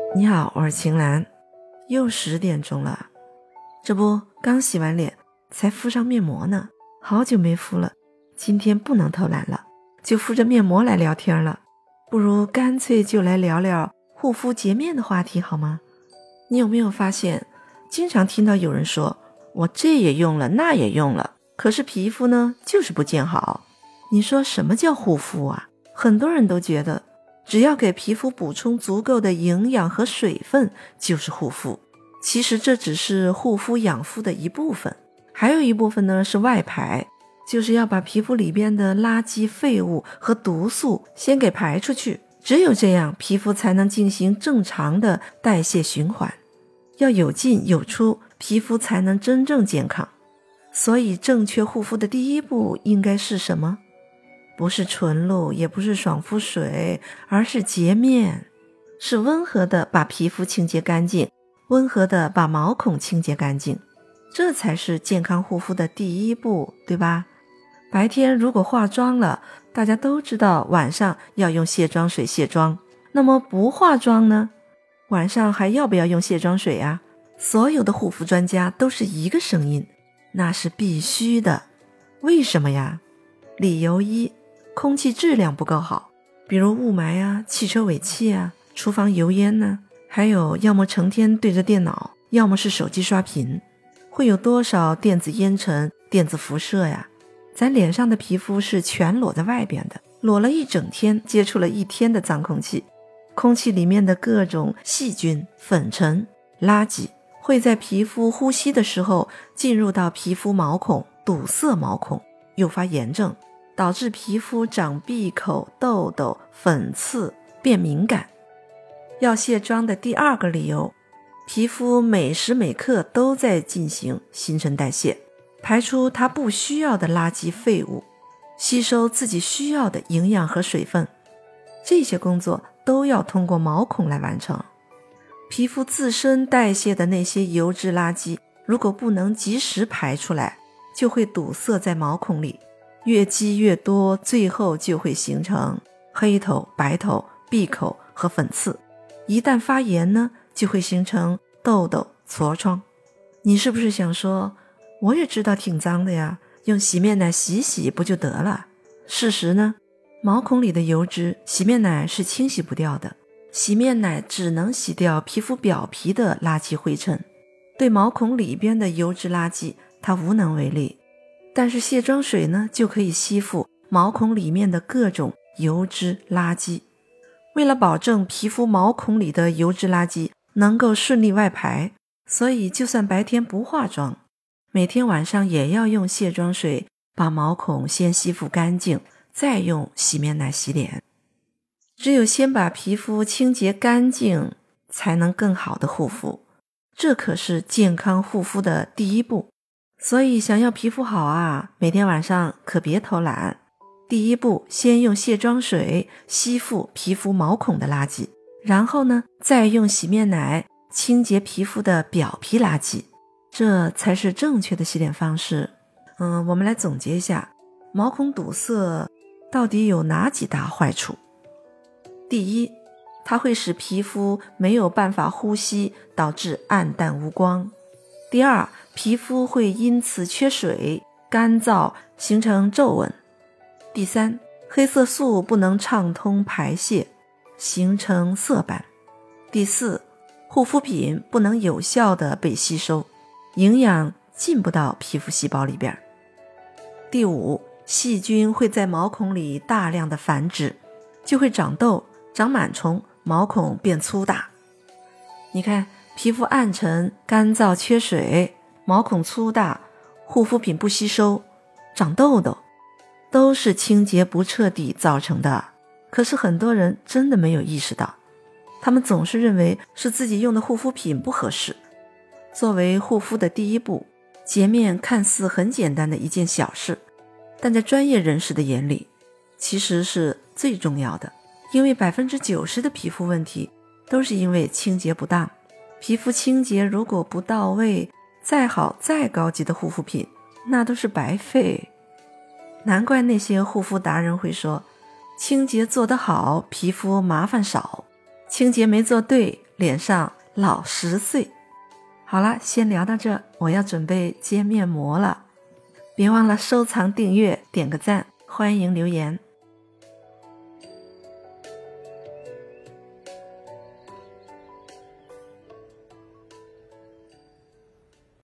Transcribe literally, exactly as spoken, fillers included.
你好，我是晴岚。又十点钟了，这不刚洗完脸，才敷上面膜呢，好久没敷了。今天不能偷懒了，就敷着面膜来聊天了。不如干脆就来聊聊护肤洁面的话题好吗？你有没有发现，经常听到有人说，我这也用了，那也用了，可是皮肤呢，就是不见好。你说什么叫护肤啊？很多人都觉得只要给皮肤补充足够的营养和水分就是护肤，其实这只是护肤养肤的一部分，还有一部分呢是外排，就是要把皮肤里边的垃圾废物和毒素先给排出去，只有这样皮肤才能进行正常的代谢循环，要有进有出，皮肤才能真正健康。所以正确护肤的第一步应该是什么？不是纯露，也不是爽肤水，而是洁面，是温和的把皮肤清洁干净，温和的把毛孔清洁干净，这才是健康护肤的第一步，对吧？白天如果化妆了，大家都知道晚上要用卸妆水卸妆，那么不化妆呢？晚上还要不要用卸妆水啊？所有的护肤专家都是一个声音，那是必须的。为什么呀？理由一，空气质量不够好，比如雾霾啊、汽车尾气啊、厨房油烟呢、啊，还有要么成天对着电脑，要么是手机刷屏，会有多少电子烟尘、电子辐射呀？咱脸上的皮肤是全裸在外边的，裸了一整天，接触了一天的脏空气，空气里面的各种细菌、粉尘、垃圾会在皮肤呼吸的时候进入到皮肤毛孔，堵塞毛孔，诱发炎症，导致皮肤长闭口、痘痘、粉刺，变敏感。要卸妆的第二个理由，皮肤每时每刻都在进行新陈代谢，排出它不需要的垃圾废物，吸收自己需要的营养和水分，这些工作都要通过毛孔来完成。皮肤自身代谢的那些油脂垃圾，如果不能及时排出来，就会堵塞在毛孔里，越积越多，最后就会形成黑头、白头、闭口和粉刺。一旦发炎呢，就会形成痘痘、痤疮。你是不是想说，我也知道挺脏的呀，用洗面奶洗洗不就得了？事实呢，毛孔里的油脂，洗面奶是清洗不掉的。洗面奶只能洗掉皮肤表皮的垃圾灰尘，对毛孔里边的油脂垃圾它无能为力。但是卸妆水呢，就可以吸附毛孔里面的各种油脂垃圾。为了保证皮肤毛孔里的油脂垃圾能够顺利外排，所以就算白天不化妆，每天晚上也要用卸妆水把毛孔先吸附干净，再用洗面奶洗脸。只有先把皮肤清洁干净，才能更好的护肤，这可是健康护肤的第一步。所以想要皮肤好啊，每天晚上可别偷懒。第一步，先用卸妆水吸附皮肤毛孔的垃圾，然后呢，再用洗面奶清洁皮肤的表皮垃圾，这才是正确的洗脸方式。嗯，我们来总结一下，毛孔堵塞到底有哪几大坏处？第一，它会使皮肤没有办法呼吸，导致暗淡无光。第二，皮肤会因此缺水、干燥，形成皱纹。第三，黑色素不能畅通排泄，形成色斑。第四，护肤品不能有效地被吸收，营养进不到皮肤细胞里边。第五，细菌会在毛孔里大量的繁殖，就会长痘、长螨虫，毛孔变粗大。你看，皮肤暗沉、干燥、缺水，毛孔粗大，护肤品不吸收，长痘痘，都是清洁不彻底造成的。可是很多人真的没有意识到，他们总是认为是自己用的护肤品不合适。作为护肤的第一步，洁面看似很简单的一件小事，但在专业人士的眼里，其实是最重要的。因为 百分之九十 的皮肤问题都是因为清洁不当。皮肤清洁如果不到位，再好再高级的护肤品那都是白费。难怪那些护肤达人会说，清洁做得好，皮肤麻烦少；清洁没做对， 脸上老十岁。好了，先聊到这，我要准备接面膜了。别忘了收藏、订阅、点个赞，欢迎留言。